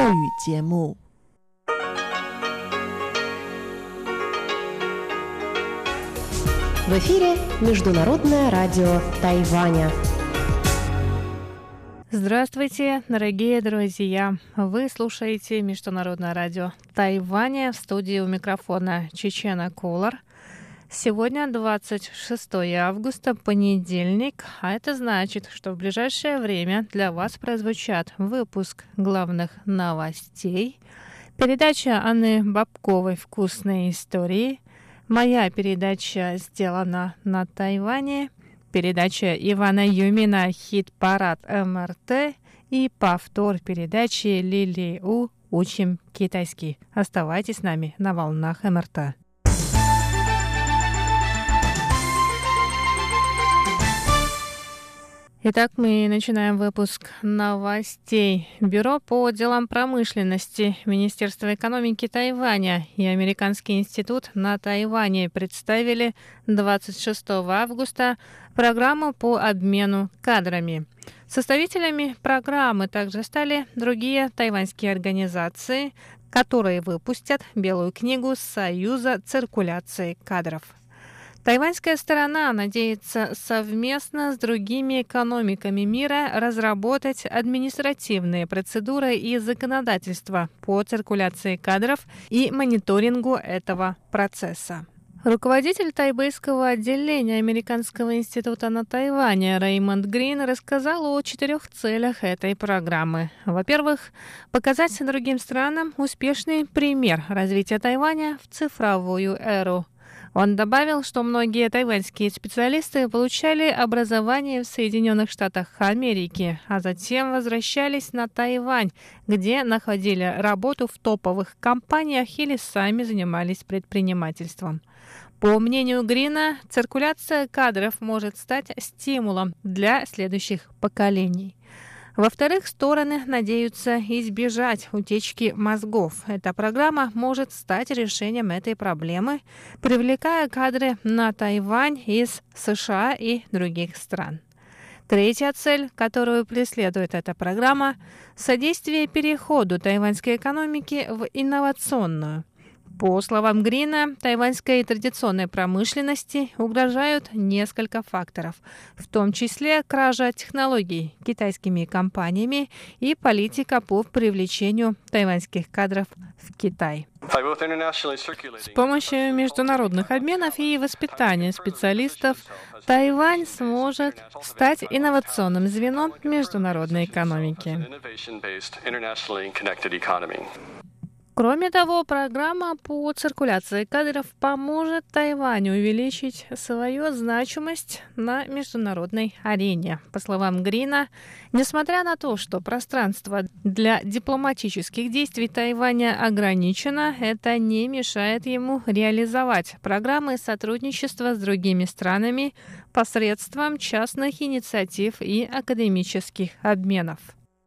教育节目。 В эфире Международное радио Тайваня. Здравствуйте, дорогие друзья! Вы слушаете Международное радио Тайваня. В студии у микрофона Чечена Колор. Сегодня 26 августа, понедельник, а это значит, что в ближайшее время для вас прозвучат выпуск главных новостей, передача Анны Бабковой «Вкусные истории», моя передача «Сделана на Тайване», передача Ивана Юмина «Хит-парад МРТ» и повтор передачи Лили У «Учим китайский». Оставайтесь с нами на волнах МРТ. Итак, мы начинаем выпуск новостей. Бюро по делам промышленности Министерства экономики Тайваня и Американский институт на Тайване представили 26 августа программу по обмену кадрами. Составителями программы также стали другие тайваньские организации, которые выпустят Белую книгу Союза циркуляции кадров. Тайваньская сторона надеется совместно с другими экономиками мира разработать административные процедуры и законодательство по циркуляции кадров и мониторингу этого процесса. Руководитель тайбэйского отделения Американского института на Тайване Рэймонд Грин рассказал о 4 целях этой программы. Во-первых, показать другим странам успешный пример развития Тайваня в цифровую эру. Он добавил, что многие тайваньские специалисты получали образование в Соединенных Штатах Америки, а затем возвращались на Тайвань, где находили работу в топовых компаниях или сами занимались предпринимательством. По мнению Грина, циркуляция кадров может стать стимулом для следующих поколений. Во-вторых, стороны надеются избежать утечки мозгов. Эта программа может стать решением этой проблемы, привлекая кадры на Тайвань из США и других стран. Третья цель, которую преследует эта программа – содействие переходу тайваньской экономики в инновационную. По словам Грина, тайваньской традиционной промышленности угрожают несколько факторов, в том числе кража технологий китайскими компаниями и политика по привлечению тайваньских кадров в Китай. С помощью международных обменов и воспитания специалистов Тайвань сможет стать инновационным звеном международной экономики. Кроме того, программа по циркуляции кадров поможет Тайваню увеличить свою значимость на международной арене. По словам Грина, несмотря на то, что пространство для дипломатических действий Тайваня ограничено, это не мешает ему реализовать программы сотрудничества с другими странами посредством частных инициатив и академических обменов.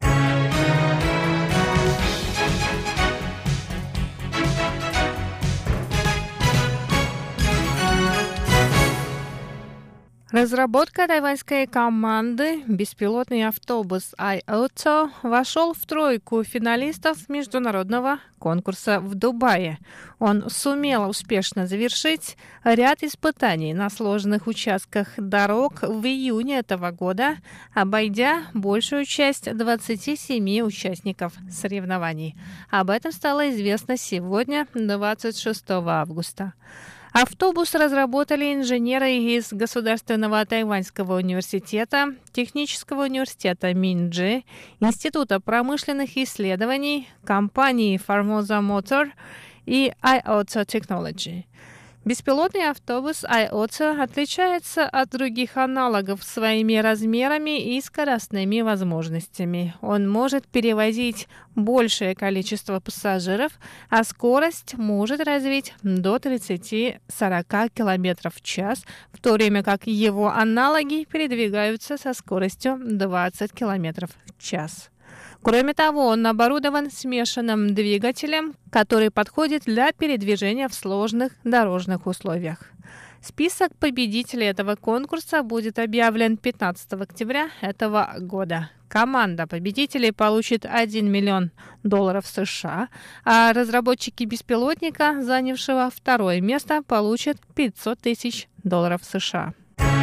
Разработка тайваньской команды «Беспилотный автобус iAuto» вошел в тройку финалистов международного конкурса в Дубае. Он сумел успешно завершить ряд испытаний на сложных участках дорог в июне этого года, обойдя большую часть 27 участников соревнований. Об этом стало известно сегодня, 26 августа. Автобус разработали инженеры из Государственного тайваньского университета, Технического университета Минджи, Института промышленных исследований, компании Formosa Motor и iAuto Technology. Беспилотный автобус iAuto отличается от других аналогов своими размерами и скоростными возможностями. Он может перевозить большее количество пассажиров, а скорость может развить до 30-40 км в час, в то время как его аналоги передвигаются со скоростью 20 км в час. Кроме того, он оборудован смешанным двигателем, который подходит для передвижения в сложных дорожных условиях. Список победителей этого конкурса будет объявлен 15 октября этого года. Команда победителей получит $1 миллион США, а разработчики беспилотника, занявшего второе место, получат $500 тысяч США.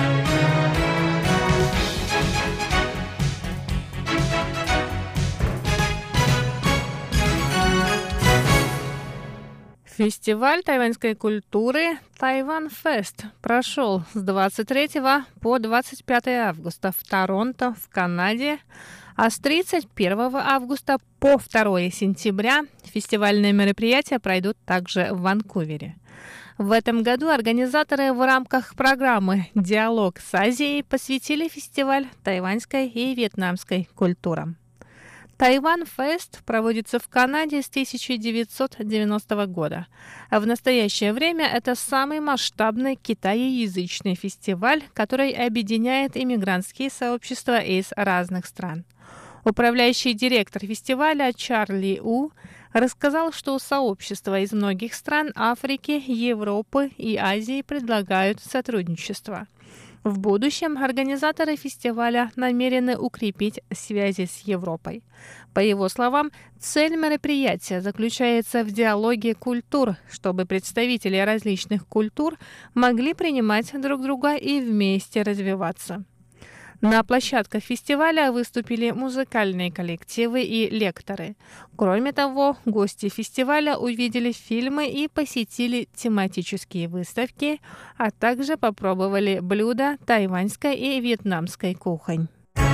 Фестиваль тайваньской культуры Тайвань Фест прошел с 23 по 25 августа в Торонто, в Канаде, а с 31 августа по 2 сентября фестивальные мероприятия пройдут также в Ванкувере. В этом году организаторы в рамках программы «Диалог с Азией» посвятили фестиваль тайваньской и вьетнамской культурам. Тайвань Фест проводится в Канаде с 1990 года. А в настоящее время это самый масштабный китаеязычный фестиваль, который объединяет иммигрантские сообщества из разных стран. Управляющий директор фестиваля Чарли У рассказал, что сообщества из многих стран Африки, Европы и Азии предлагают сотрудничество. В будущем организаторы фестиваля намерены укрепить связи с Европой. По его словам, цель мероприятия заключается в диалоге культур, чтобы представители различных культур могли принимать друг друга и вместе развиваться. На площадках фестиваля выступили музыкальные коллективы и лекторы. Кроме того, гости фестиваля увидели фильмы и посетили тематические выставки, а также попробовали блюда тайваньской и вьетнамской кухонь.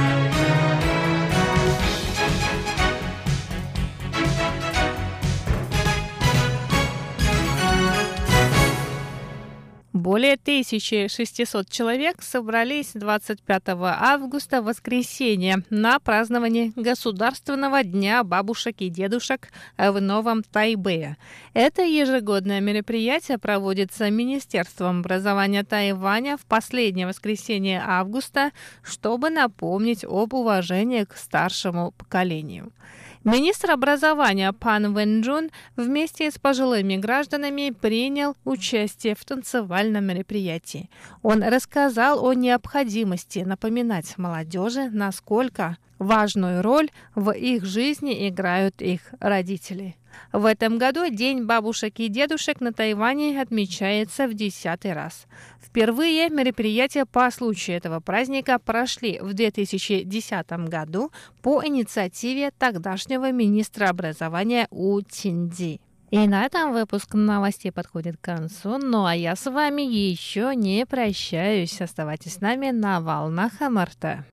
Более 1600 человек собрались 25 августа, воскресенье, на празднование Государственного дня бабушек и дедушек в Новом Тайбэе. Это ежегодное мероприятие проводится Министерством образования Тайваня в последнее воскресенье августа, чтобы напомнить об уважении к старшему поколению. Министр образования Пан Вэнджун вместе с пожилыми гражданами принял участие в танцевальном мероприятии. Он рассказал о необходимости напоминать молодежи, насколько важную роль в их жизни играют их родители. В этом году День бабушек и дедушек на Тайване отмечается в 10-й раз. Впервые мероприятия по случаю этого праздника прошли в 2010 году по инициативе тогдашнего министра образования У Тинди. И на этом выпуск новостей подходит к концу. Ну а я с вами еще не прощаюсь. Оставайтесь с нами на волнах МРТ.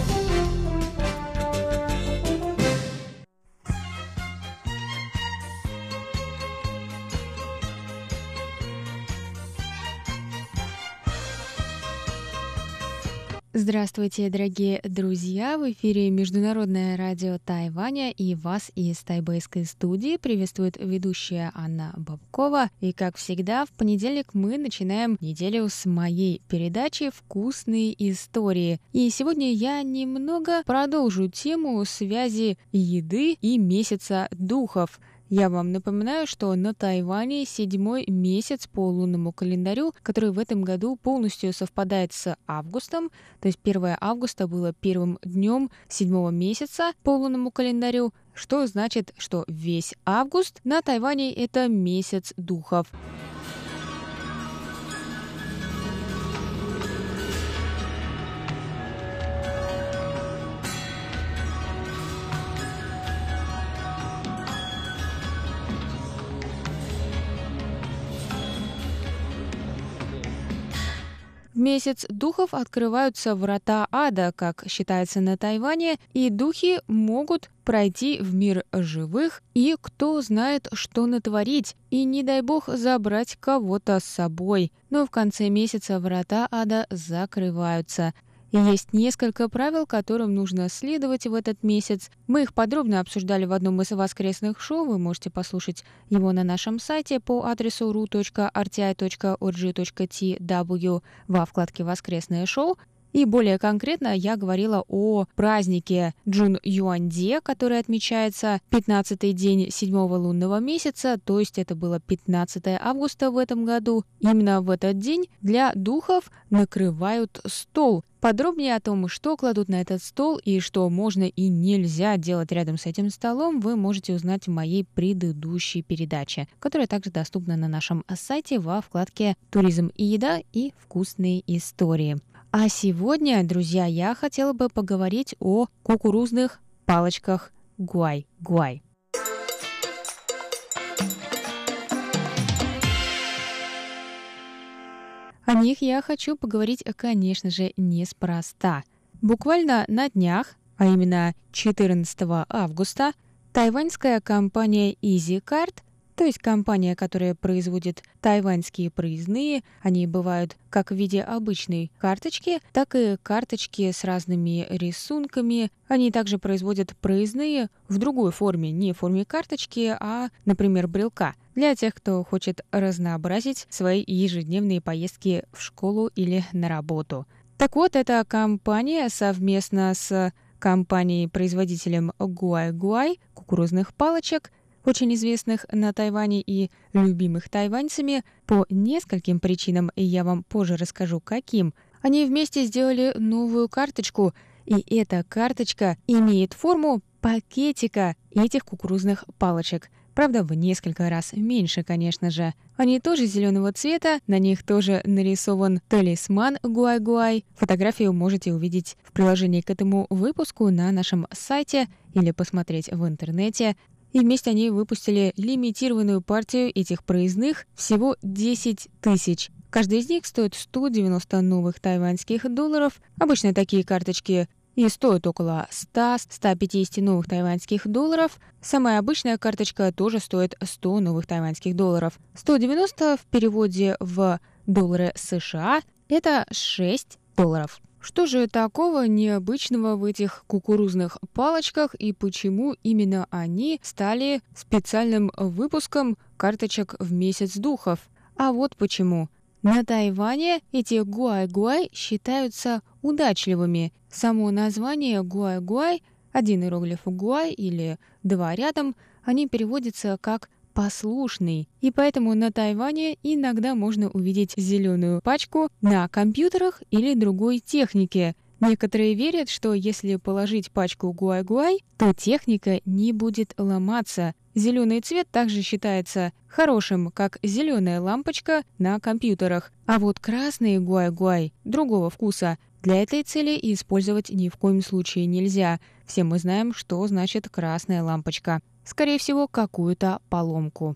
Здравствуйте, дорогие друзья! В эфире Международное радио Тайваня, и вас из тайбэйской студии приветствует ведущая Анна Бабкова. И, как всегда, в понедельник мы начинаем неделю с моей передачи «Вкусные истории». И сегодня я немного продолжу тему связи еды и месяца духов. Я вам напоминаю, что на Тайване 7-й месяц по лунному календарю, который в этом году полностью совпадает с августом, то есть 1 августа было первым днем 7-го месяца по лунному календарю, что значит, что весь август на Тайване это месяц духов. В месяц духов открываются врата ада, как считается на Тайване, и духи могут пройти в мир живых, и кто знает, что натворить, и не дай бог забрать кого-то с собой. Но в конце месяца врата ада закрываются. И есть несколько правил, которым нужно следовать в этот месяц. Мы их подробно обсуждали в одном из воскресных шоу. Вы можете послушать его на нашем сайте по адресу ru.rti.org.tw во вкладке «Воскресное шоу». И более конкретно я говорила о празднике Джун-Юаньде, который отмечается 15-й день 7-го лунного месяца, то есть это было 15 августа в этом году. Именно в этот день для духов накрывают стол. Подробнее о том, что кладут на этот стол и что можно и нельзя делать рядом с этим столом, вы можете узнать в моей предыдущей передаче, которая также доступна на нашем сайте во вкладке «Туризм и еда» и «Вкусные истории». А сегодня, друзья, я хотела бы поговорить о кукурузных палочках гуай-гуай. О них я хочу поговорить, конечно же, неспроста. Буквально на днях, а именно 14 августа, тайваньская компания EasyCard, то есть компания, которая производит тайваньские проездные, они бывают как в виде обычной карточки, так и карточки с разными рисунками. Они также производят проездные в другой форме, не в форме карточки, а, например, брелка, для тех, кто хочет разнообразить свои ежедневные поездки в школу или на работу. Так вот, эта компания совместно с компанией-производителем Гуай-Гуай, кукурузных палочек, очень известных на Тайване и любимых тайваньцами по нескольким причинам, и я вам позже расскажу, каким. Они вместе сделали новую карточку, и эта карточка имеет форму пакетика этих кукурузных палочек. Правда, в несколько раз меньше, конечно же. Они тоже зеленого цвета, на них тоже нарисован талисман Гуай-Гуай. Фотографию можете увидеть в приложении к этому выпуску на нашем сайте или посмотреть в интернете. И вместе они выпустили лимитированную партию этих проездных, всего 10 тысяч. Каждый из них стоит 190 новых тайваньских долларов. Обычно такие карточки и стоят около 100-150 новых тайваньских долларов. Самая обычная карточка тоже стоит 100 новых тайваньских долларов. 190 в переводе в доллары США – это 6 долларов. Что же такого необычного в этих кукурузных палочках и почему именно они стали специальным выпуском карточек в месяц духов? А вот почему. На Тайване эти гуай-гуай считаются удачливыми. Само название гуай-гуай, один иероглиф гуай или два рядом, они переводятся как послушный. И поэтому на Тайване иногда можно увидеть зеленую пачку на компьютерах или другой технике. Некоторые верят, что если положить пачку гуай-гуай, то техника не будет ломаться. Зеленый цвет также считается хорошим, как зеленая лампочка на компьютерах. А вот красные гуай-гуай другого вкуса для этой цели использовать ни в коем случае нельзя. Все мы знаем, что значит красная лампочка. Скорее всего, какую-то поломку.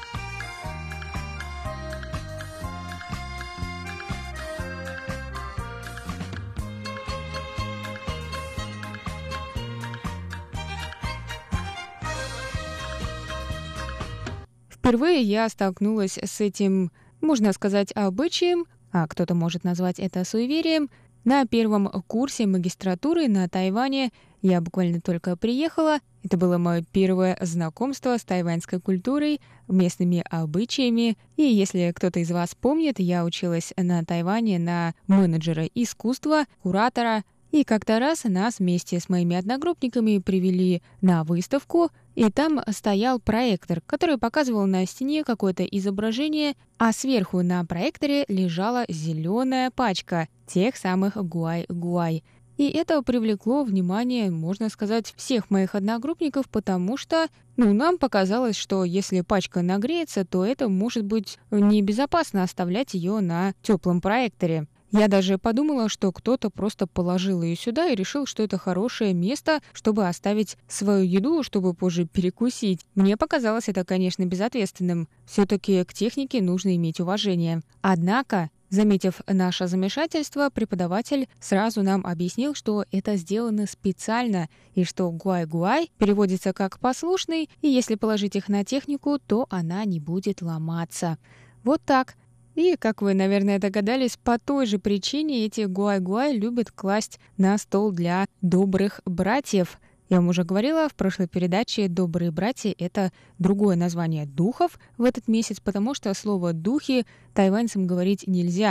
Впервые я столкнулась с этим, можно сказать, обычаем, а кто-то может назвать это суеверием, на первом курсе магистратуры на Тайване. Я буквально только приехала. Это было мое первое знакомство с тайваньской культурой, местными обычаями. И если кто-то из вас помнит, я училась на Тайване на менеджера искусства, куратора. И как-то раз нас вместе с моими одногруппниками привели на выставку, и там стоял проектор, который показывал на стене какое-то изображение, а сверху на проекторе лежала зеленая пачка тех самых гуай-гуай. И это привлекло внимание, можно сказать, всех моих одногруппников, потому что, нам показалось, что если пачка нагреется, то это может быть небезопасно оставлять ее на теплом проекторе. Я даже подумала, что кто-то просто положил ее сюда и решил, что это хорошее место, чтобы оставить свою еду, чтобы позже перекусить. Мне показалось это, конечно, безответственным. Все-таки к технике нужно иметь уважение. Однако, заметив наше замешательство, преподаватель сразу нам объяснил, что это сделано специально, и что гуай-гуай переводится как «послушный», и если положить их на технику, то она не будет ломаться. Вот так. И, как вы, наверное, догадались, по той же причине эти гуай-гуай любят класть на стол для добрых братьев. Я вам уже говорила в прошлой передаче, добрые братья — это другое название духов в этот месяц, потому что слово «духи» тайваньцам говорить нельзя.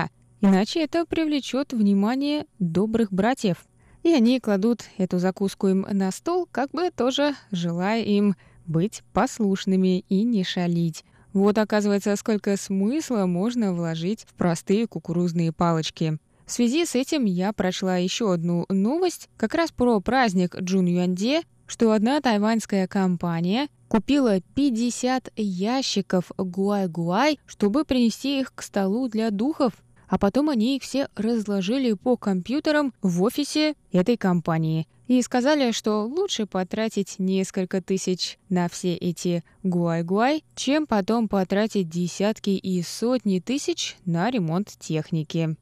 иначе это привлечет внимание добрых братьев. И они кладут эту закуску им на стол, как бы тоже желая им быть послушными и не шалить. Вот, оказывается, сколько смысла можно вложить в простые кукурузные палочки. В связи с этим я прочла еще одну новость, как раз про праздник Чжунъюаньде, что одна тайваньская компания купила 50 ящиков гуай-гуай, чтобы принести их к столу для духов, а потом они их все разложили по компьютерам в офисе этой компании. И сказали, что лучше потратить несколько тысяч на все эти гуай-гуай, чем потом потратить десятки и сотни тысяч на ремонт техники.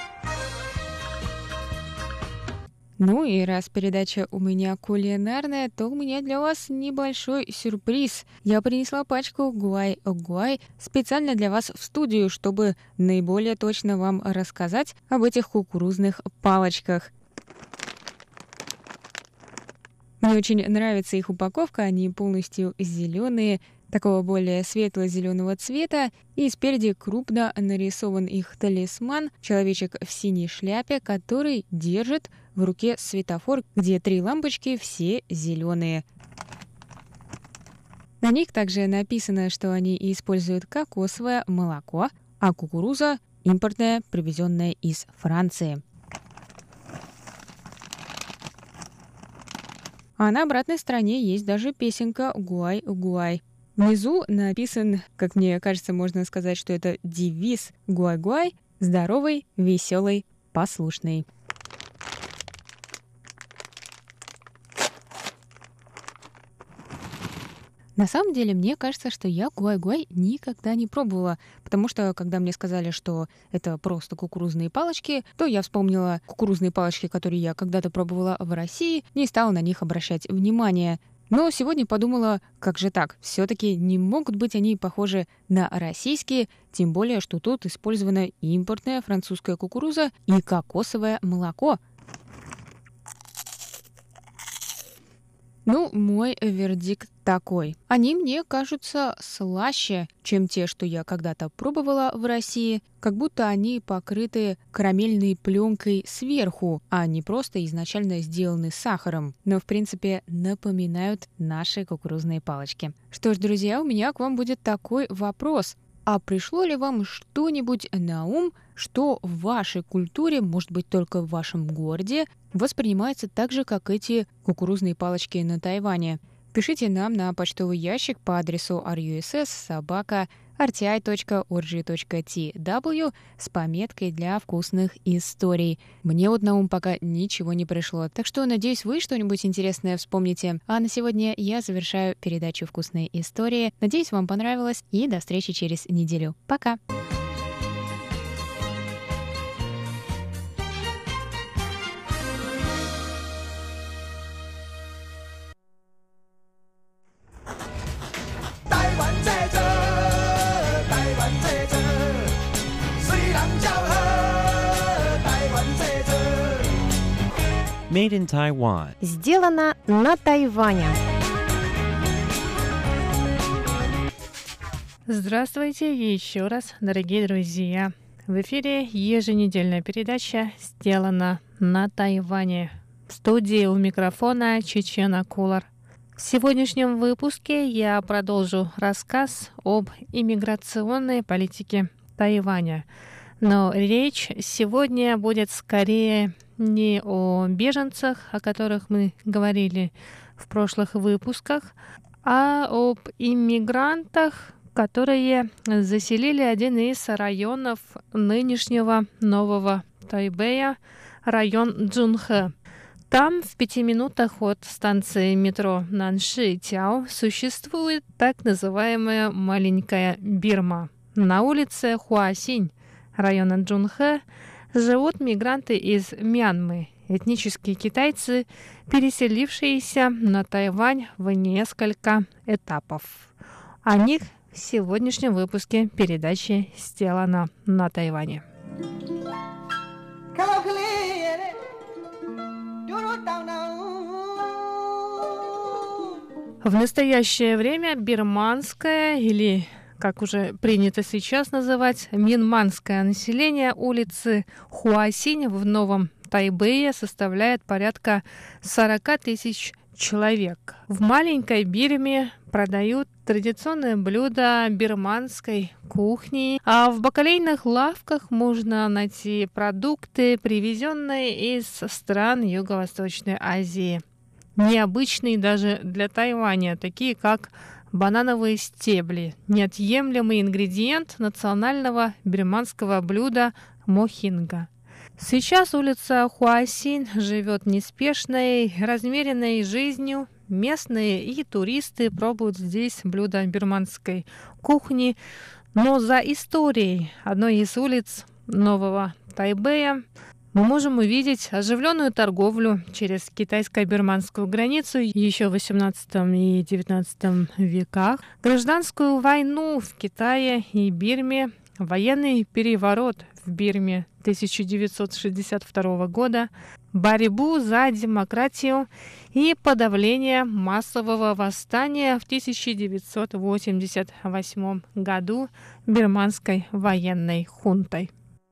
Ну и раз передача у меня кулинарная, то у меня для вас небольшой сюрприз. Я принесла пачку гуай-гуай специально для вас в студию, чтобы наиболее точно вам рассказать об этих кукурузных палочках. Мне очень нравится их упаковка, они полностью зеленые, такого более светло-зеленого цвета, и спереди крупно нарисован их талисман, человечек в синей шляпе, который держит в руке светофор, где 3 лампочки все зеленые. На них также написано, что они используют кокосовое молоко, а кукуруза импортная, привезенная из Франции. А на обратной стороне есть даже песенка «Гуай-гуай». Внизу написан, как мне кажется, можно сказать, что это девиз «Гуай-гуай» — здоровый, веселый, послушный. На самом деле, мне кажется, что я гуай-гуай никогда не пробовала, потому что, когда мне сказали, что это просто кукурузные палочки, то я вспомнила кукурузные палочки, которые я когда-то пробовала в России, не стала на них обращать внимания. Но сегодня подумала, как же так? Все-таки не могут быть они похожи на российские, тем более, что тут использована импортная французская кукуруза и кокосовое молоко. Ну, мой вердикт такой. Они мне кажутся слаще, чем те, что я когда-то пробовала в России, как будто они покрыты карамельной пленкой сверху, а не просто изначально сделаны сахаром, но в принципе напоминают наши кукурузные палочки. Что ж, друзья, у меня к вам будет такой вопрос. А пришло ли вам что-нибудь на ум, что в вашей культуре, может быть, только в вашем городе, воспринимается так же, как эти кукурузные палочки на Тайване? Пишите нам на почтовый ящик по адресу russ@rti.org.tw с пометкой для вкусных историй. Мне вот на ум пока ничего не пришло, так что, надеюсь, вы что-нибудь интересное вспомните. А на сегодня я завершаю передачу «Вкусные истории». Надеюсь, вам понравилось, и до встречи через неделю. Пока! Made in Taiwan. Сделано на Тайване. Здравствуйте еще раз, дорогие друзья. В эфире еженедельная передача «Сделано на Тайване». В студии у микрофона Чечена Кулар. В сегодняшнем выпуске я продолжу рассказ об иммиграционной политике Тайваня. Но речь сегодня будет скорее не о беженцах, о которых мы говорили в прошлых выпусках, а об иммигрантах, которые заселили один из районов нынешнего Нового Тайбэя, район Чжунхэ. Там, в 5 минутах от станции метро Нанши-Тяо, существует так называемая маленькая Бирма. На улице Хуасинь района Чжунхэ живут мигранты из Мьянмы, этнические китайцы, переселившиеся на Тайвань в несколько этапов. О них в сегодняшнем выпуске передачи «Сделано на Тайване». В настоящее время бирманская или, как уже принято сейчас называть, минманское население улицы Хуасинь в Новом Тайбэе составляет порядка 40 тысяч человек. В маленькой Бирме продают традиционные блюда бирманской кухни, а в бакалейных лавках можно найти продукты, привезенные из стран Юго-Восточной Азии. Необычные даже для Тайваня, такие как банановые стебли, неотъемлемый ингредиент национального бирманского блюда мохинга. Сейчас улица Хуасинь живет неспешной, размеренной жизнью. Местные и туристы пробуют здесь блюда бирманской кухни. Но за историей одной из улиц Нового Тайбэя мы можем увидеть оживленную торговлю через китайско-бирманскую границу еще в XVIII и XIX веках, гражданскую войну в Китае и Бирме, военный переворот в Бирме 1962 года, борьбу за демократию и подавление массового восстания в 1988 году бирманской военной хунтой.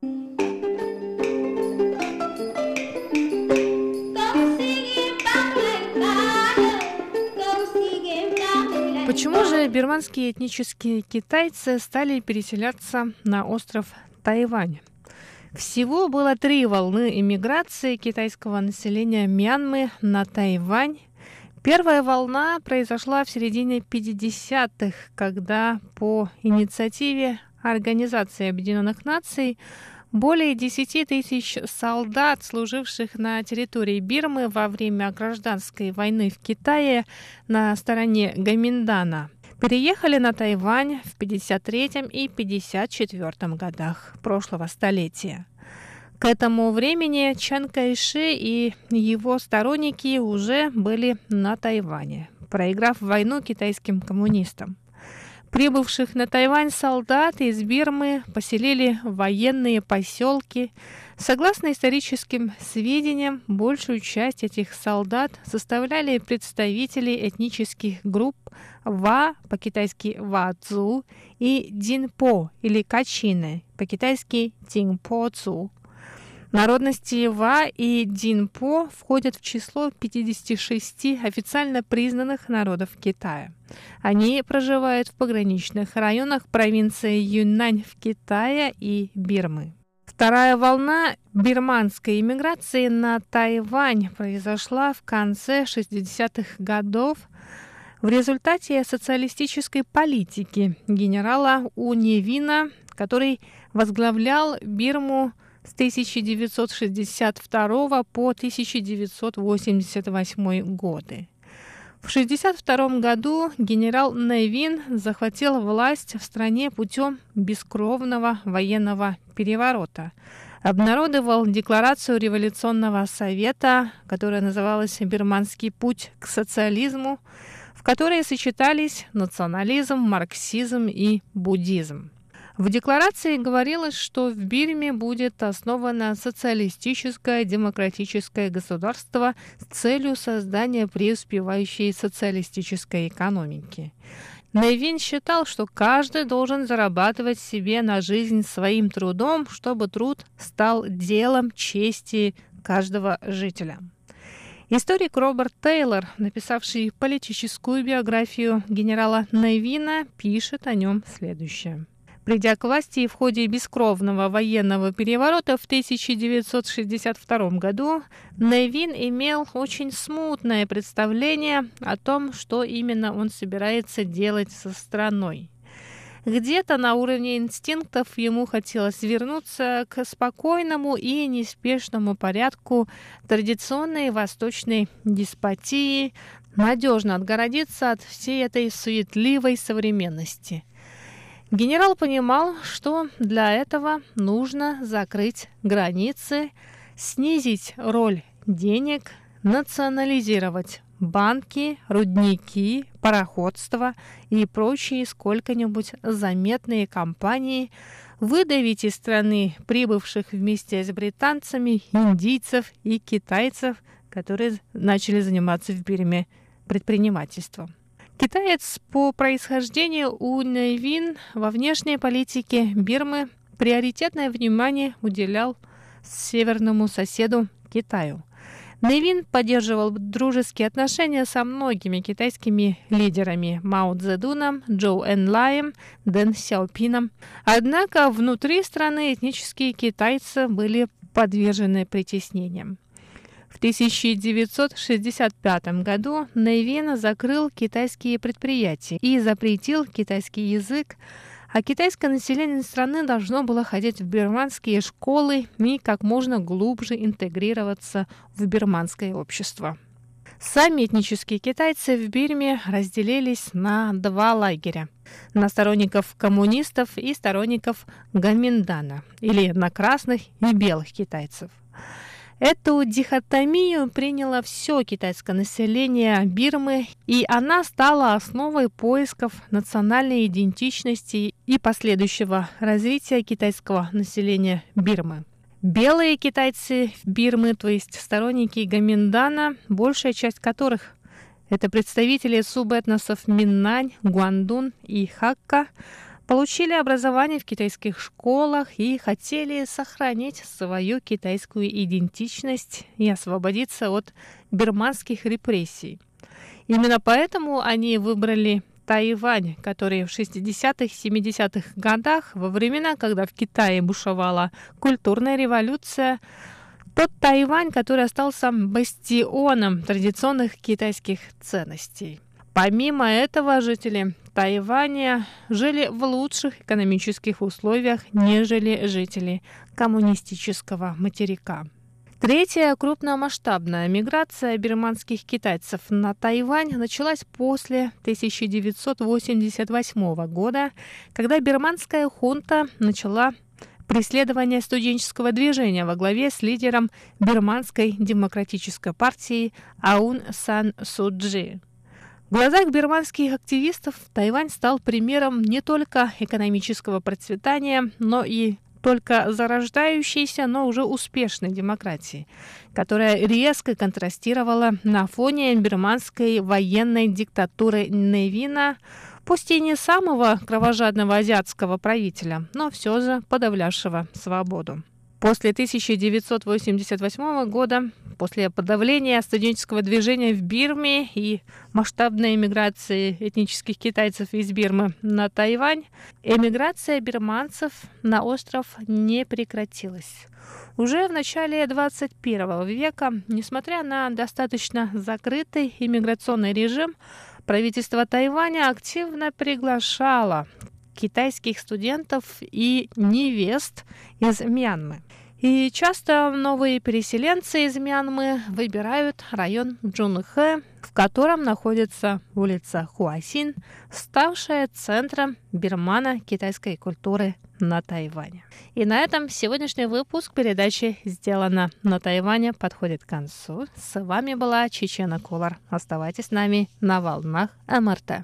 Почему же бирманские этнические китайцы стали переселяться на остров Тайвань? Всего было 3 волны иммиграции китайского населения Мьянмы на Тайвань. Первая волна произошла в середине 50-х, когда по инициативе Организации Объединенных Наций более 10 тысяч солдат, служивших на территории Бирмы во время гражданской войны в Китае на стороне Гоминдана, переехали на Тайвань в 1953 и 1954 годах прошлого столетия. К этому времени Чан Кайши и его сторонники уже были на Тайване, проиграв войну китайским коммунистам. Прибывших на Тайвань солдат из Бирмы поселили в военные поселки. Согласно историческим сведениям, большую часть этих солдат составляли представители этнических групп Ва, по-китайски Ва-цу, и Динпо, или Качины, по-китайски Тинпо-цу. Народности Ва и Динпо входят в число 56 официально признанных народов Китая. Они проживают в пограничных районах провинции Юньнань в Китае и Бирмы. Вторая волна бирманской иммиграции на Тайвань произошла в конце 60-х годов в результате социалистической политики генерала У Невина, который возглавлял Бирму с 1962 по 1988 годы. В 1962 году генерал Невин захватил власть в стране путем бескровного военного переворота. Обнародовал декларацию Революционного совета, которая называлась «Бирманский путь к социализму», в которой сочетались национализм, марксизм и буддизм. В декларации говорилось, что в Бирме будет основано социалистическое демократическое государство с целью создания преуспевающей социалистической экономики. Невин считал, что каждый должен зарабатывать себе на жизнь своим трудом, чтобы труд стал делом чести каждого жителя. Историк Роберт Тейлор, написавший политическую биографию генерала Невина, пишет о нем следующее. Придя к власти в ходе бескровного военного переворота в 1962 году, Невин имел очень смутное представление о том, что именно он собирается делать со страной. Где-то на уровне инстинктов ему хотелось вернуться к спокойному и неспешному порядку традиционной восточной деспотии, надежно отгородиться от всей этой суетливой современности. Генерал понимал, что для этого нужно закрыть границы, снизить роль денег, национализировать банки, рудники, пароходство и прочие сколько-нибудь заметные компании, выдавить из страны прибывших вместе с британцами, индийцев и китайцев, которые начали заниматься в Бирме предпринимательством. Китаец по происхождению У Нэйвин во внешней политике Бирмы приоритетное внимание уделял северному соседу Китаю. Нэйвин поддерживал дружеские отношения со многими китайскими лидерами Мао Цзэдуном, Чжоу Энлаем, Дэн Сяопином. Однако внутри страны этнические китайцы были подвержены притеснениям. В 1965 году Нэйвин закрыл китайские предприятия и запретил китайский язык, а китайское население страны должно было ходить в бирманские школы и как можно глубже интегрироваться в бирманское общество. Сами этнические китайцы в Бирме разделились на два лагеря – на сторонников коммунистов и сторонников Гоминдана, или на красных и белых китайцев. Эту дихотомию приняло все китайское население Бирмы, и она стала основой поисков национальной идентичности и последующего развития китайского населения Бирмы. Белые китайцы Бирмы, то есть сторонники Гоминдана, большая часть которых это представители субэтносов Миннань, Гуандун и Хакка, получили образование в китайских школах и хотели сохранить свою китайскую идентичность и освободиться от бирманских репрессий. Именно поэтому они выбрали Тайвань, который в 60-х, 70-х годах, во времена, когда в Китае бушевала культурная революция, тот Тайвань, который остался бастионом традиционных китайских ценностей. Помимо этого, жители Тайваня жили в лучших экономических условиях, нежели жители коммунистического материка. Третья крупномасштабная миграция бирманских китайцев на Тайвань началась после 1988 года, когда бирманская хунта начала преследование студенческого движения во главе с лидером Бирманской демократической партии Аун Сан Су Чжи. В глазах бирманских активистов Тайвань стал примером не только экономического процветания, но и только зарождающейся, но уже успешной демократии, которая резко контрастировала на фоне бирманской военной диктатуры Нэйвина, пусть и не самого кровожадного азиатского правителя, но все же подавлявшего свободу. После 1988 года, после подавления студенческого движения в Бирме и масштабной эмиграции этнических китайцев из Бирмы на Тайвань, эмиграция бирманцев на остров не прекратилась. Уже в начале 21 века, несмотря на достаточно закрытый иммиграционный режим, правительство Тайваня активно приглашало китайских студентов и невест из Мьянмы. И часто новые переселенцы из Мьянмы выбирают район Чжунхэ, в котором находится улица Хуасин, ставшая центром бирмано-китайской культуры на Тайване. И на этом сегодняшний выпуск передачи «Сделано на Тайване» подходит к концу. С вами была Чечена Кулар. Оставайтесь с нами на волнах МРТ.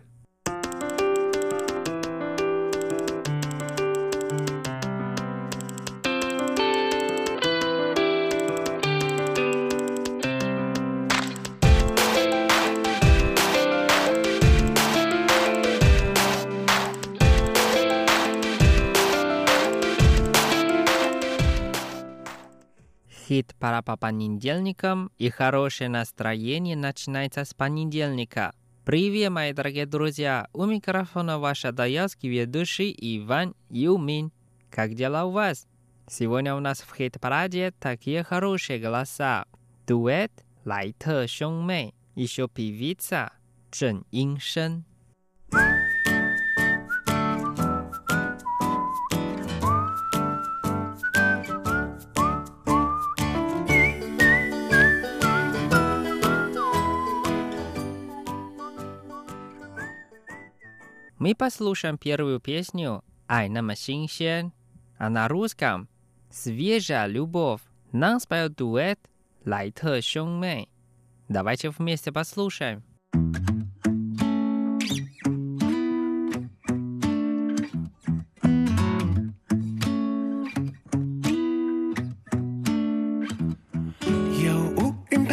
Хит-парад по понедельникам, и хорошее настроение начинается с понедельника. Привет, мои дорогие друзья! У микрофона ваш даялский ведущий Иван Юмин. Как дела у вас? Сегодня у нас в хит-параде такие хорошие голоса. Дуэт Лай Те Шон Мэй, еще певица Чжэн Иншен. Мы послушаем первую песню «Ай, нама синсен», а на русском «Свежая любовь». Нам споет дуэт «Лай Те Шон Мэй». Давайте вместе послушаем.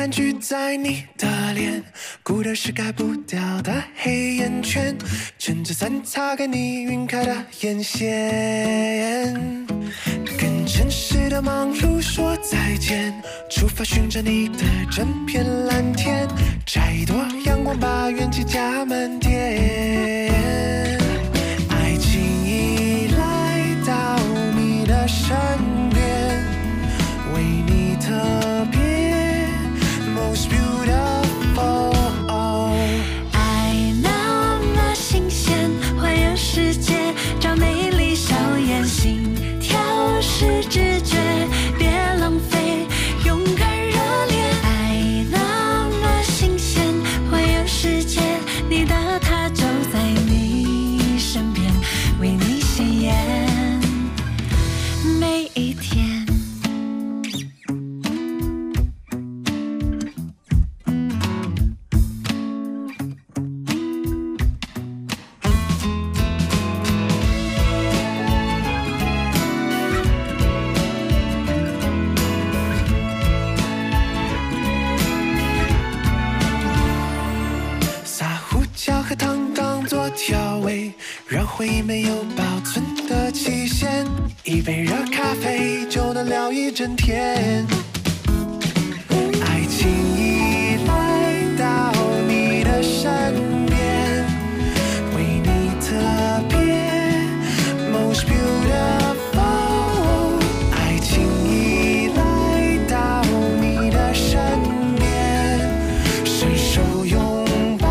占据在你的脸，孤单是改不掉的黑眼圈，趁着伞擦干你晕开的眼线，跟城市的忙碌说再见，出发寻找你的整片蓝天，摘一朵阳光把元气加满点，爱情已来到你的身边，为你特别 most beautiful， 爱那么新鲜，环游世界找美丽小眼，心跳是直觉，别浪费，勇敢热烈。爱那么新鲜，环游世界，你的他就在你身边，为你鲜艳每一天。 和糖当作调味，让回忆没有保存的期限，一杯热咖啡就能聊一整天，爱情已来到你的身边，为你特别 most beautiful， 爱情已来到你的身边，伸手拥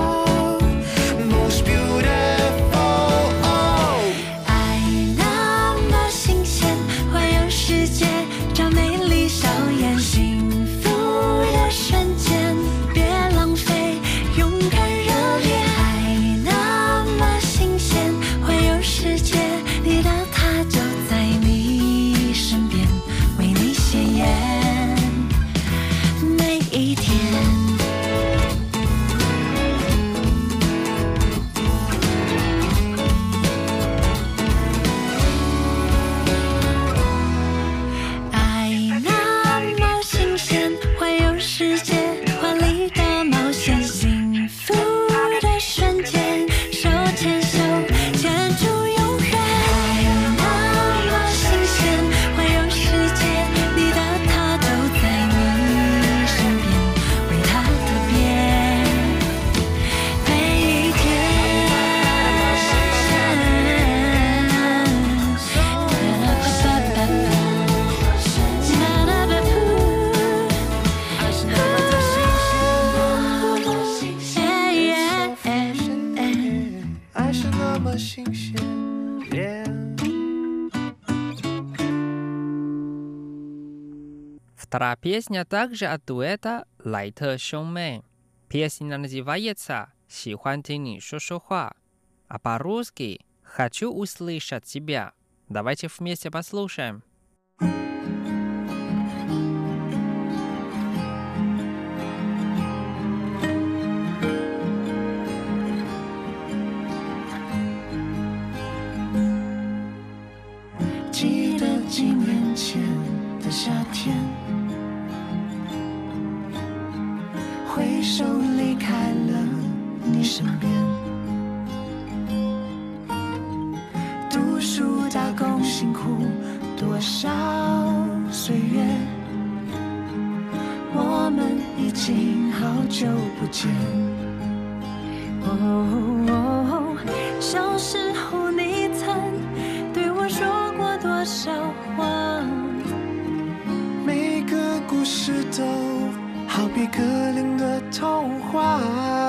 Вторая песня также от дуэта Лайтер Шоумен. Песня называется «喜欢听你说说话», а по-русски «хочу услышать тебя». Давайте вместе послушаем. 记得几年前的夏天，挥手离开了你身边，读书打工辛苦多少岁月，我们已经好久不见。 小时候你曾对我说过多少话， 每个故事都好比格林的童话，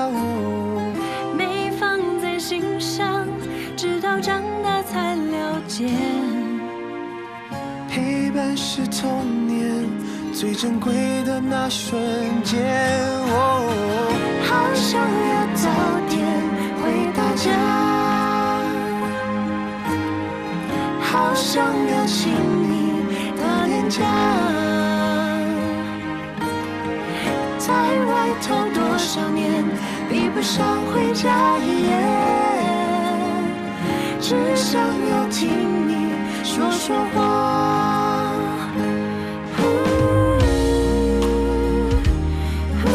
没放在心上，直到长大才了解， 陪伴是童年最珍贵的那瞬间。好想要早点回到家，好想要亲你的脸颊，在外头多少年，比不上回家一夜，只想要听你说说话。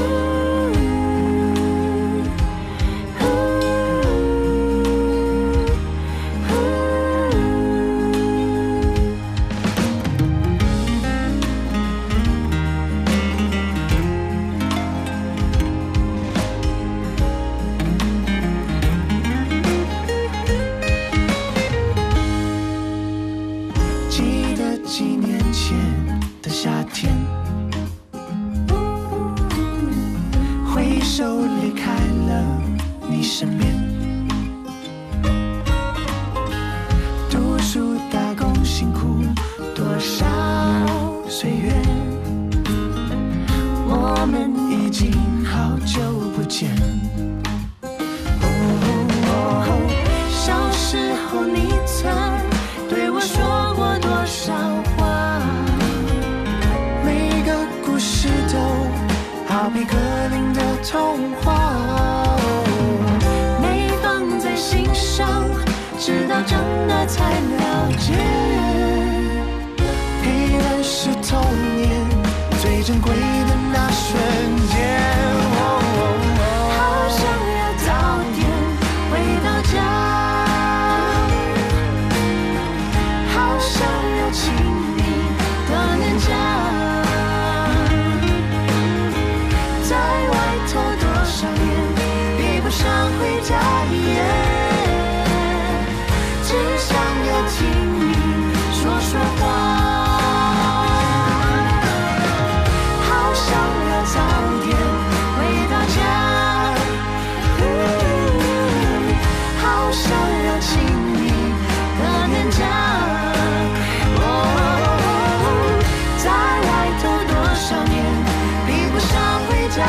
经好久不见。小时候你曾对我说过多少话，每个故事都好比格林的童话，没放在心上，直到长大才了解，陪伴是童年最珍贵的那瞬间。好想要早点回到家，好想要亲你的脸颊，在外头多少年比不上回家，只想要听你说说话。早点回到家，好想要亲你的脸颊，在外头多少年比不上回家，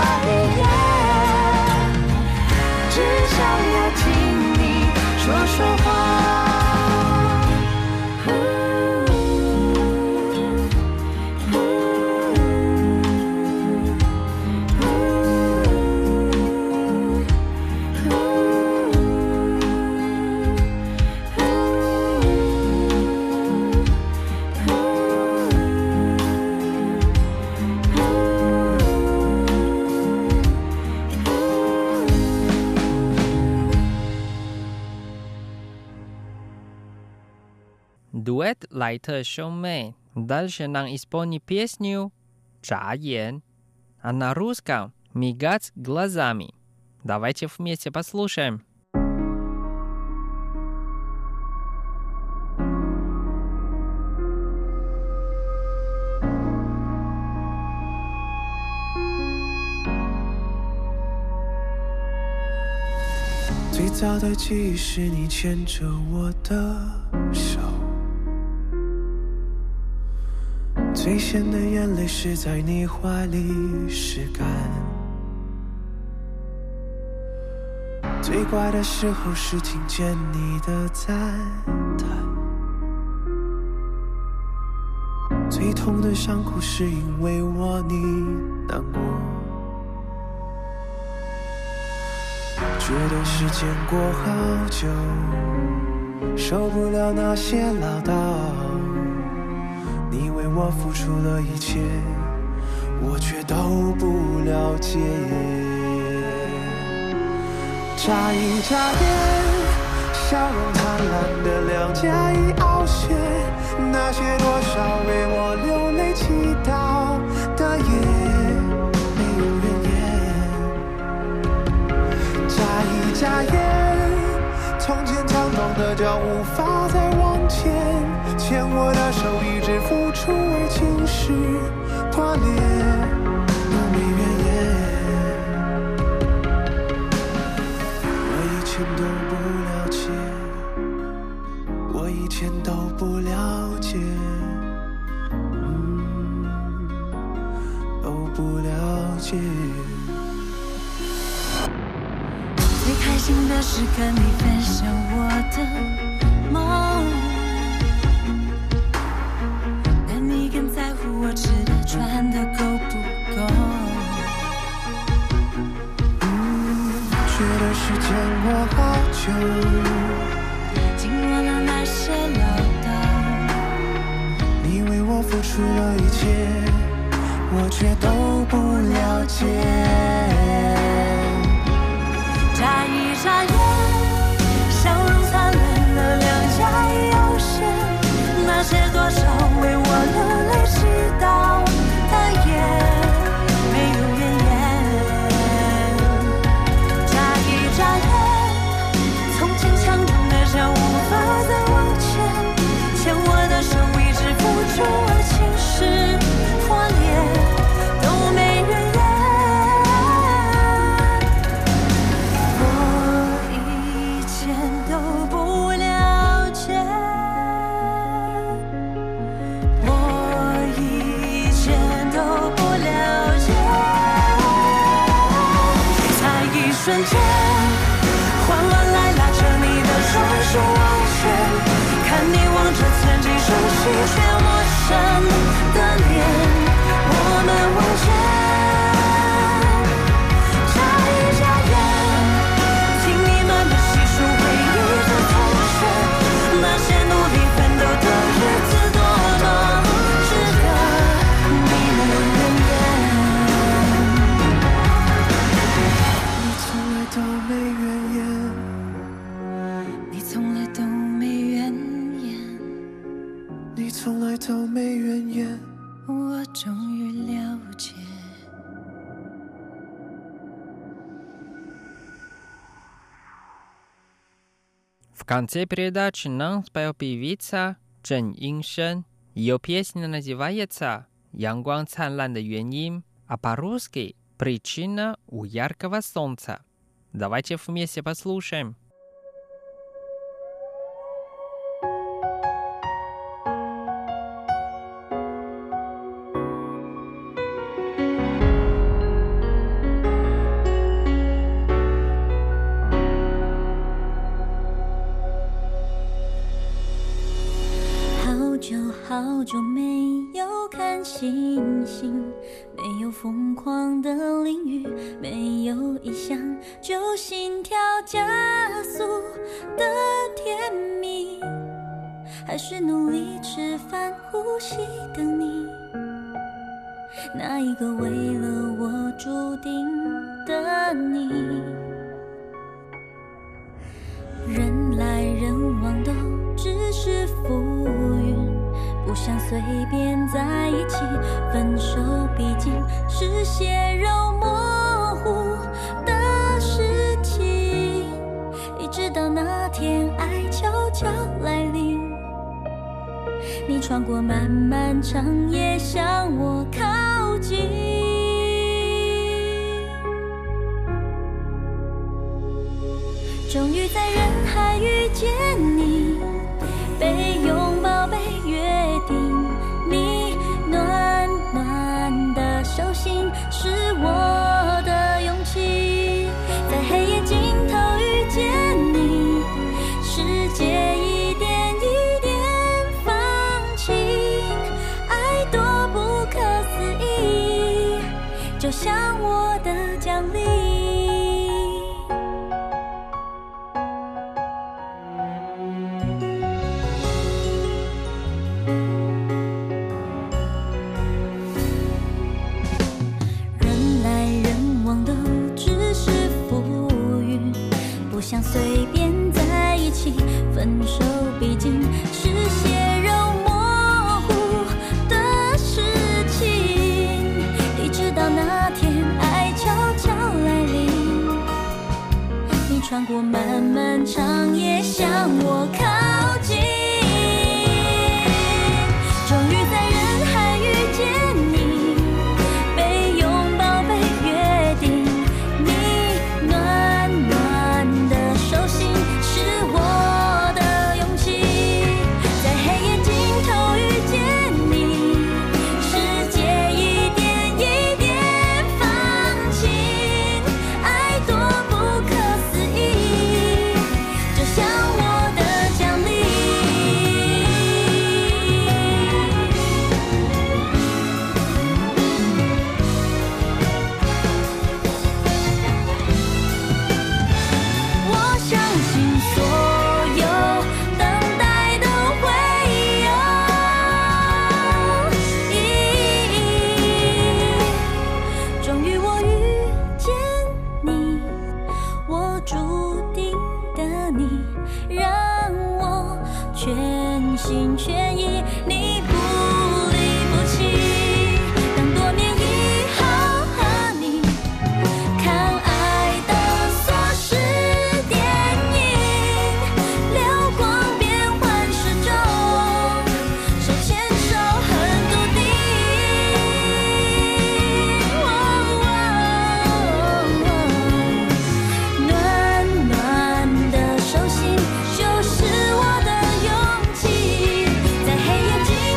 只想要听你说说话。 Дуэт Лайтер Шоумей. Дальше нам исполни песню «Чаен», а на русском «Мигать глазами». Давайте вместе послушаем. «最早的记忆是你牵着我的手，最咸的眼泪是在你怀里拭干，最乖的时候是听见你的赞叹，最痛的伤口是因为你难过。觉得时间过好久，受不了那些唠叨，你为我付出了一切，我却都不了解。眨一眨眼，笑容灿烂的两颊已凹陷，那些多少为我流泪祈祷的夜，没有人言。眨一眨眼，从前苍茫的脚无法再往前，牵我的手一直付出而今时破裂，又没怨言。我以前都不了解，我以前都不了解，都不了解。 最开心的是跟你分享我的梦，但你更在乎我吃的穿的够不够。 觉得时间过好久， 经过了那些唠叨， 你为我付出了一切，我却都不了解。 眨一眨眼，笑容灿烂瞬间，慌乱来拉着你的双手往前，看你望着曾经熟悉却陌生的脸，我们往前。 从来都没怨言， 我终于了解。 В конце передачи нам спел певица Чжэн Иншэн. Ее песня называется «Янгуан灿烂的原因», а по-русски «Причина у яркого солнца». Давайте вместе послушаем. 好久没有看星星，没有疯狂的淋雨，没有异乡，就心跳加速的甜蜜，还是努力吃饭呼吸的你，那一个为了我注定的你，人来人往都只是浮云，不想随便在一起，分手毕竟是血肉模糊的事情，一直到那天爱悄悄来临，你穿过漫漫长夜向我靠近，终于在人海遇见你，被拥抱被约定，你暖暖的手心是我的勇气，在黑夜尽头遇见你，世界一点一点放晴，爱多不可思议，就像我的奖励。想随便在一起，分手毕竟是血肉模糊的事情，一直到那天爱悄悄来临，你穿过漫漫长夜向我靠近，终于在人海遇见你，被拥抱被约定，你暖暖的手心是我的勇气，在黑夜尽头遇见你，世界一点一点放晴，爱多不可思议，就像我的奖励。我相信所有等待都会有意义，终于我遇见你，我注定的你，让我全心全意，你不离不弃，当多年以后和你看爱的琐事电影，流光变幻时钟，手牵手很笃定，暖暖的手心就是我的勇气，在黑夜尽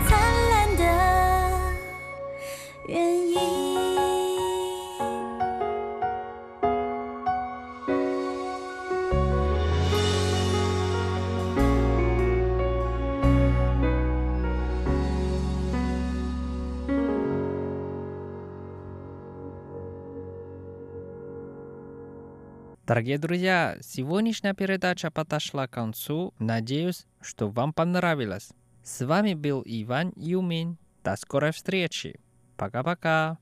灿烂的原因。 Дорогие друзья, сегодняшняя передача подошла к концу. Надеюсь, что вам понравилось. С вами был Иван Юмин. До скорой встречи. Пока-пока.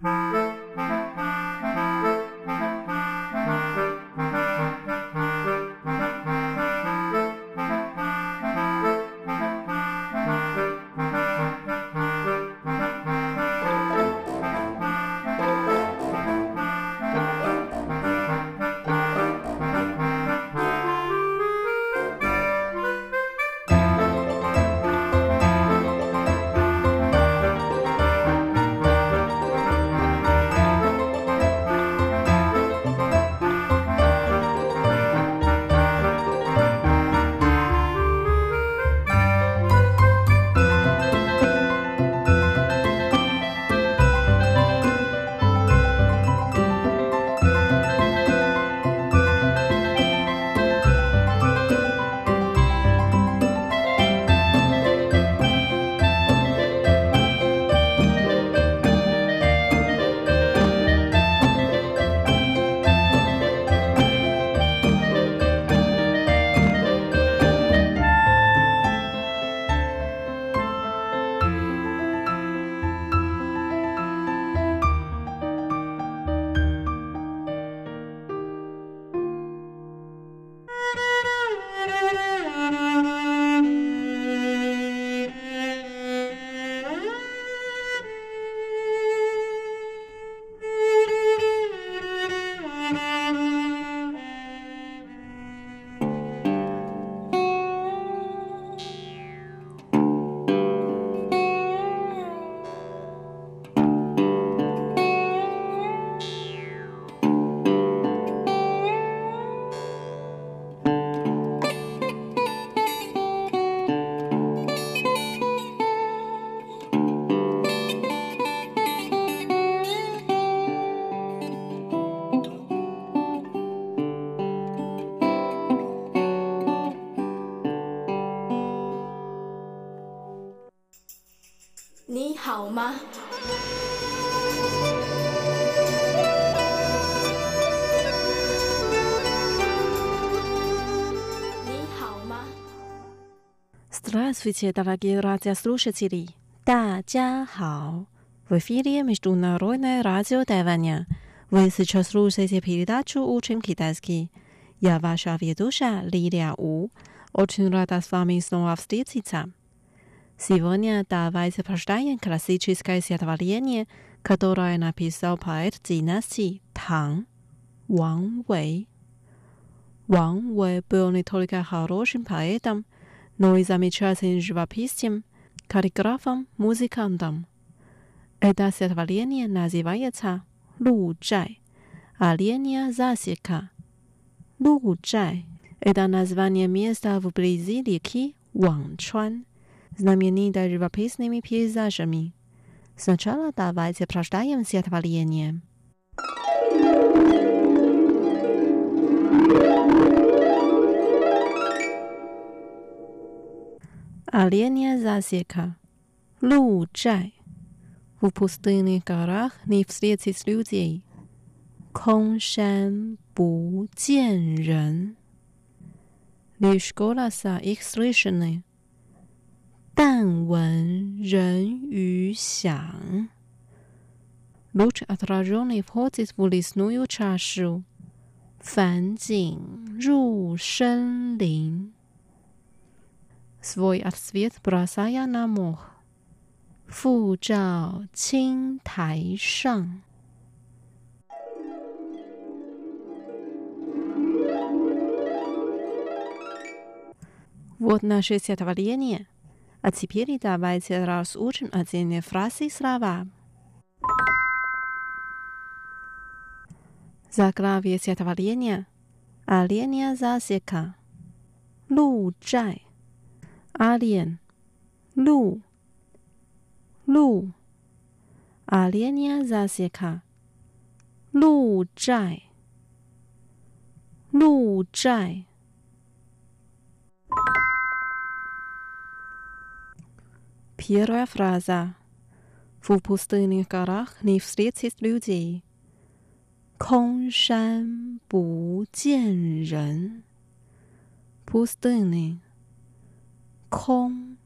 你好吗？你好吗？ Здравствуйте, дорогие радиослушатели! 大家好! В эфире Международное радио Тайваня. Вы сейчас слушаете передачу «Учим китайский». Я ваша ведущая Лилия У. Очень рада с вами снова встретиться. Сегодня давайте прочитаем классическое стихотворение, которое написал поэт династии Тang Ван Вэй. Ван Вэй был не только хорошим поэтом, но и замечательным живописцем, каллиграфом, музыкантом. Это стихотворение называется «Лу-Чай» – «Оленья засека». Лу-Чай – это название места вблизи реки Ванчуан, знаменитой живописными пейзажами. Сначала давайте прочитаем стихотворение. Оленья засека. Лу-Чай. В пустынных горах не встретить людей. 空山不见人. Лишь голоса их слышны. 但闻人语响. Луч отраженный входит в лесную чашу. 返景入森林. Свой отсвет бросая на мох. 复照青苔上. Вот наше стихотворение. А теперь давайте разучим отдельные фразы и слова. Заглавие стихотворения. Оленья засека. Лу-Чай. Олень. Лу. 路 Alenia засека 路债路债 Первая фраза. В пустынных горах не встретить людей. 空山不见人 Пустыны 空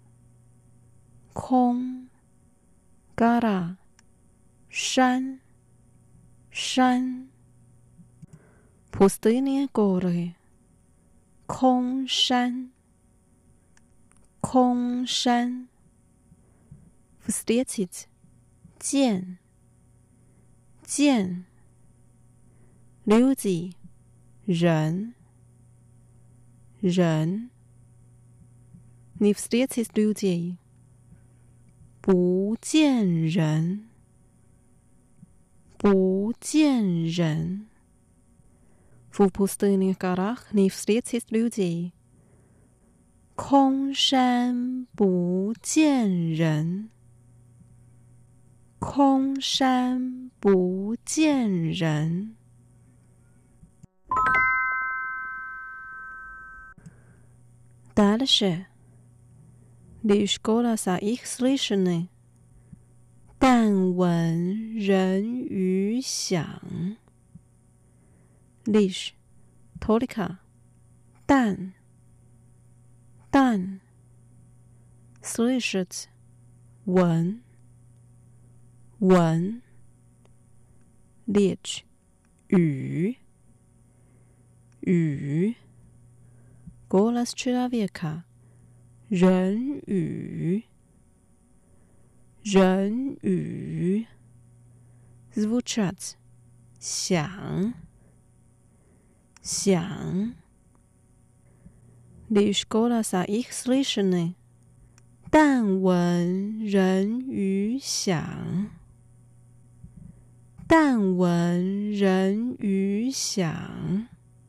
空 гора 山 山 Пустынные горы 空山 空山 Встретить 见 见 Люди 人 人 Не встретить людей 不见人 不见人 В пустынных горах не встретить людей 空山不见人 空山不见人 Дальше. Лишь голоса их слышны. 但闻人语响 Лишь. Только. 但 Слышать. 闻 闻 Речь. 语 语 Голос человека. 人语 人语 Звучать. 响 响 Лишь голоса их слышны. 但闻人语响但闻人语响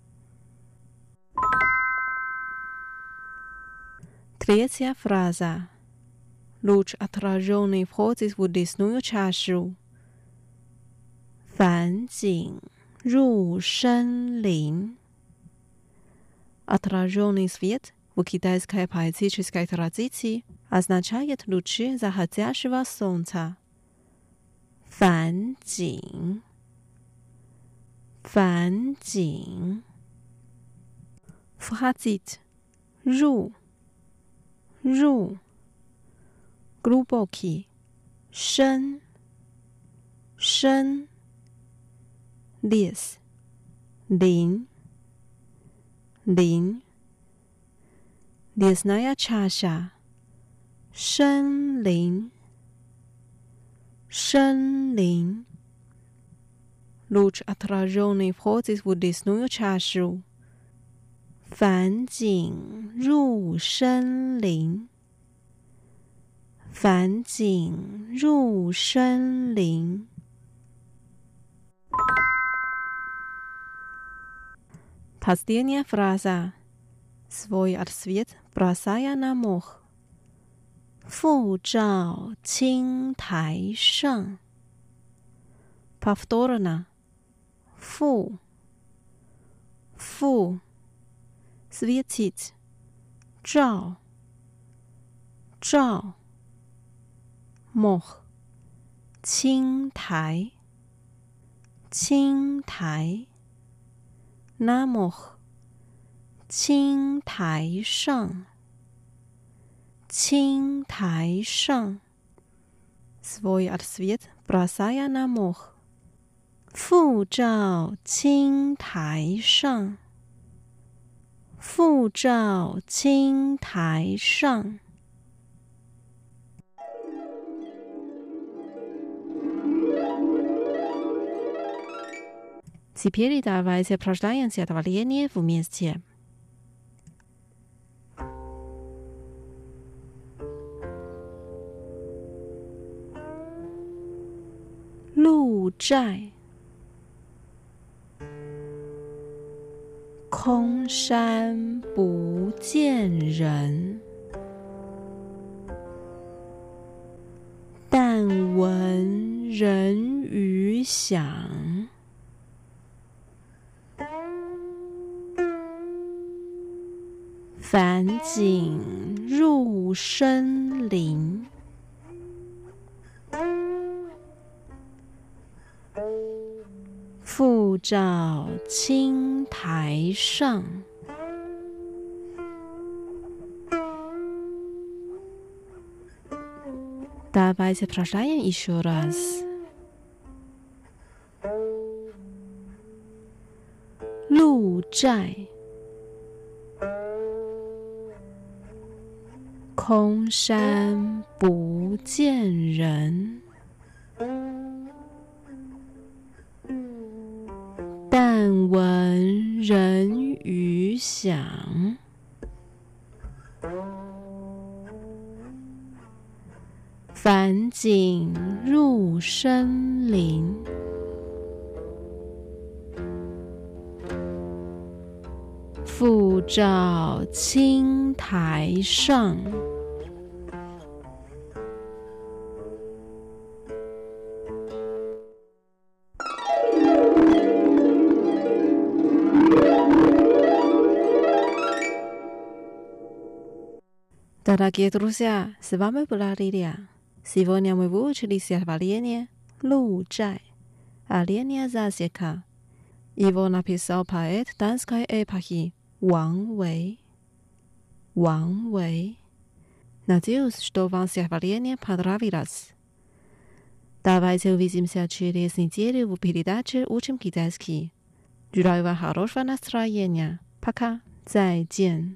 Третья фраза. Луч отраженный входит в лесную чашу. 返景入森林 Отраженный свет в китайской поэтической традиции означает лучи заходящего солнца. 返景 返景 Входить 入 入 Глубокий 深 深 Лес 林 林 Лесная чаша 森林 森林 Луч отраженный входит в лесную чашу. 返景入森林 返景入森林 Последняя фраза. Свой ответ бросая на мох. 复照青苔上 Повторно. 复 复 Светить. 照 照 мох 青苔 青苔 на мох 青苔上 青苔上 Свой ответ бросая на мох. 复照青苔上复照青苔上 Теперь давайте прочитаем стихотворение вместе. 路债空山不见人，但但闻人语响，返景入深林。复照青苔上，Давайте прочитаем еще раз. Лу寨，空山不见人，但闻人语响。返景入深林，复照青苔上。Дорогие друзья, с вами была Лилия. Сегодня мы выучили стихотворение «Лу Чай» «Оленья засека». Его написал поэт данской эпохи Ван Вэй. Надеюсь, что вам стихотворение понравилось. Давайте увидимся через неделю в передаче «Учим китайский». Желаю вам хорошего настроения. Пока. 再见。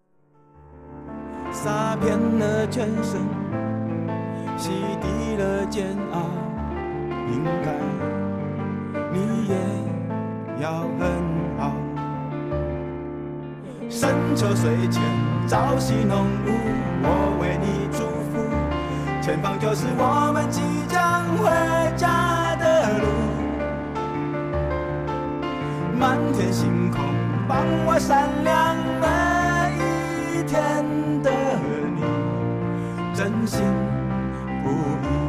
洒遍了全身，洗涤了煎熬，应该你也要很好。深秋水前朝夕浓雾，我为你祝福，前方就是我们即将回家的路。满天星空帮我闪亮每一天的你，真心不移。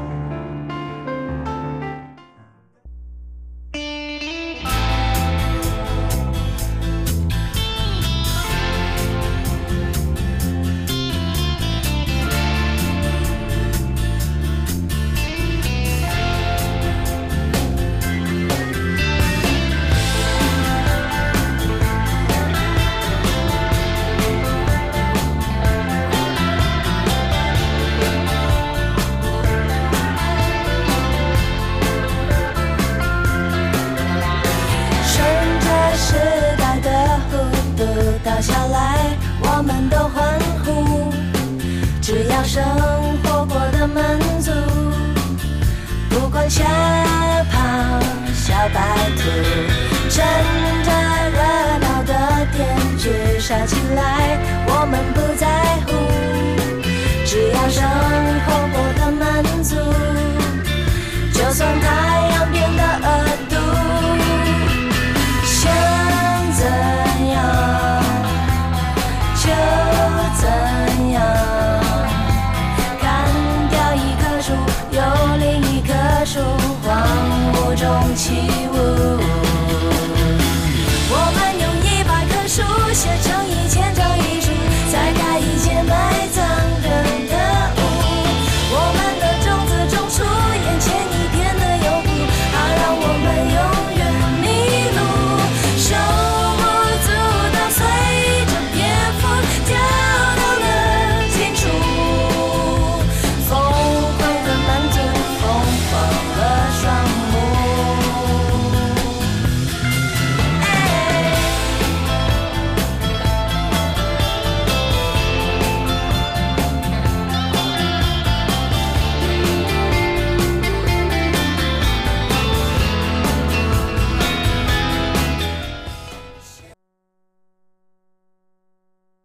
倒下来，我们都欢呼，只要生活过得满足，不管缺胖小白兔，趁着热闹的天剧杀起来，我们不在乎，只要生活过得满足，就算太阳变得恶毒，想怎样就怎样，砍掉一棵树，有另一棵树，荒芜中起